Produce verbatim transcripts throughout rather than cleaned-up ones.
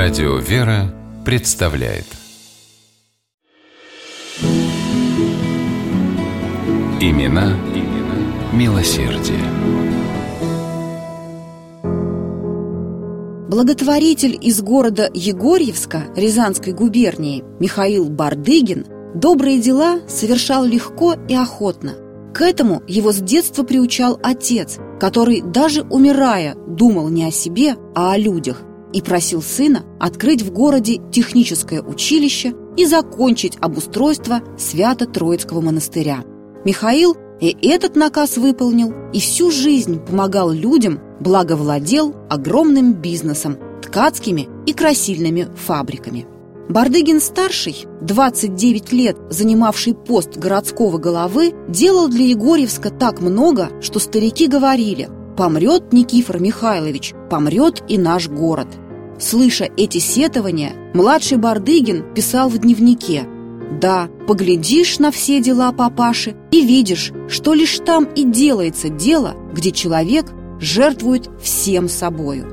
Радио «Вера» представляет Имена, имена милосердия. Благотворитель из города Егорьевска Рязанской губернии Михаил Бардыгин добрые дела совершал легко и охотно. К этому его с детства приучал отец, который, даже умирая, думал не о себе, а о людях, и просил сына открыть в городе техническое училище и закончить обустройство Свято-Троицкого монастыря. Михаил и этот наказ выполнил, и всю жизнь помогал людям, благо владел огромным бизнесом, ткацкими и красильными фабриками. Бардыгин-старший, двадцать девять лет занимавший пост городского головы, делал для Егорьевска так много, что старики говорили: «Помрет Никифор Михайлович, помрет и наш город». Слыша эти сетования, младший Бардыгин писал в дневнике: «Да, поглядишь на все дела папаши и видишь, что лишь там и делается дело, где человек жертвует всем собою».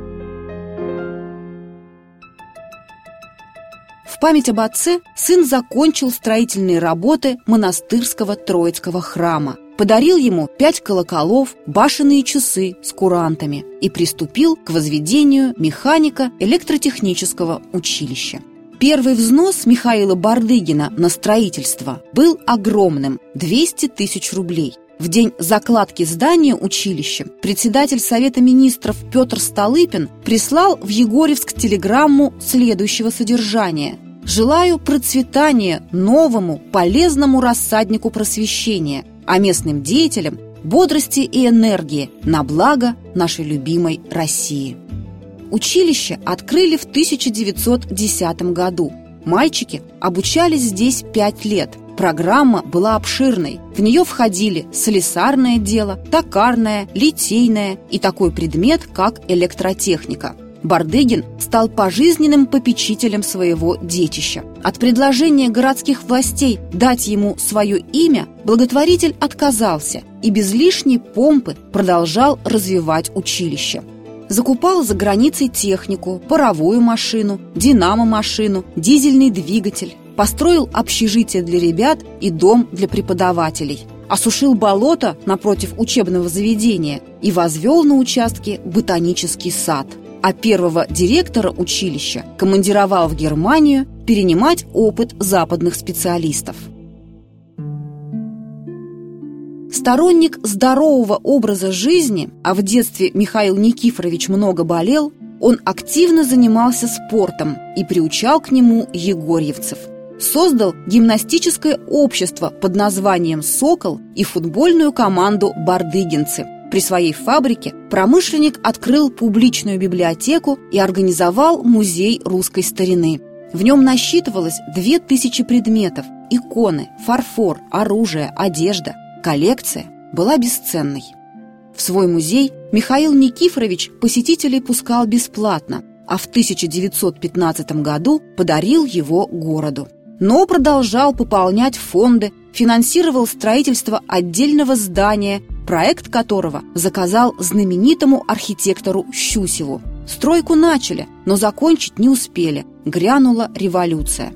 В память об отце сын закончил строительные работы монастырского Троицкого храма, подарил ему пять колоколов, башенные часы с курантами и приступил к возведению механико-электротехнического училища. Первый взнос Михаила Бардыгина на строительство был огромным – двести тысяч рублей. В день закладки здания училища председатель Совета министров Петр Столыпин прислал в Егорьевск телеграмму следующего содержания: «Желаю процветания новому полезному рассаднику просвещения, а местным деятелям бодрости и энергии на благо нашей любимой России». Училище открыли в тысяча девятьсот десятом году. Мальчики обучались здесь пять лет. Программа была обширной. В нее входили слесарное дело, токарное, литейное и такой предмет, как электротехника. Бардыгин стал пожизненным попечителем своего детища. От предложения городских властей дать ему свое имя благотворитель отказался и без лишней помпы продолжал развивать училище. Закупал за границей технику, паровую машину, динамо-машину, дизельный двигатель, построил общежитие для ребят и дом для преподавателей, осушил болото напротив учебного заведения и возвел на участке ботанический сад, а первого директора училища командировал в Германию перенимать опыт западных специалистов. Сторонник здорового образа жизни, а в детстве Михаил Никифорович много болел, он активно занимался спортом и приучал к нему егорьевцев. Создал гимнастическое общество под названием «Сокол» и футбольную команду «Бардыгинцы». При своей фабрике промышленник открыл публичную библиотеку и организовал музей русской старины. В нем насчитывалось две тысячи предметов: иконы, фарфор, оружие, одежда. Коллекция была бесценной. В свой музей Михаил Никифорович посетителей пускал бесплатно, а в тысяча девятьсот пятнадцатом году подарил его городу. Но продолжал пополнять фонды, финансировал строительство отдельного здания, проект которого заказал знаменитому архитектору Щусеву. Стройку начали, но закончить не успели. Грянула революция.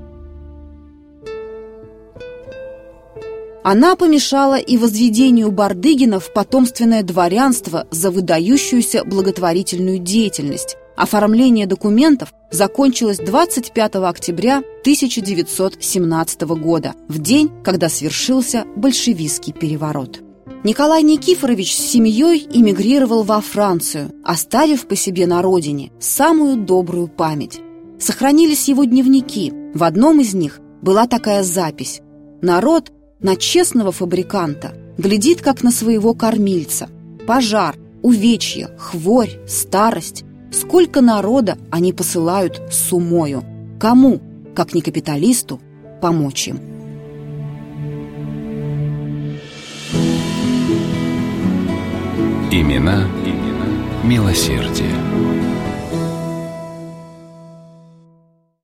Она помешала и возведению Бардыгина в потомственное дворянство за выдающуюся благотворительную деятельность. Оформление документов закончилось двадцать пятого октября тысяча девятьсот семнадцатого года, в день, когда свершился большевистский переворот. Николай Никифорович с семьей эмигрировал во Францию, оставив по себе на родине самую добрую память. Сохранились его дневники. В одном из них была такая запись: «Народ на честного фабриканта глядит, как на своего кормильца. Пожар, увечья, хворь, старость. Сколько народа они посылают с умою. Кому, как не капиталисту, помочь им?» Имена, имена милосердия.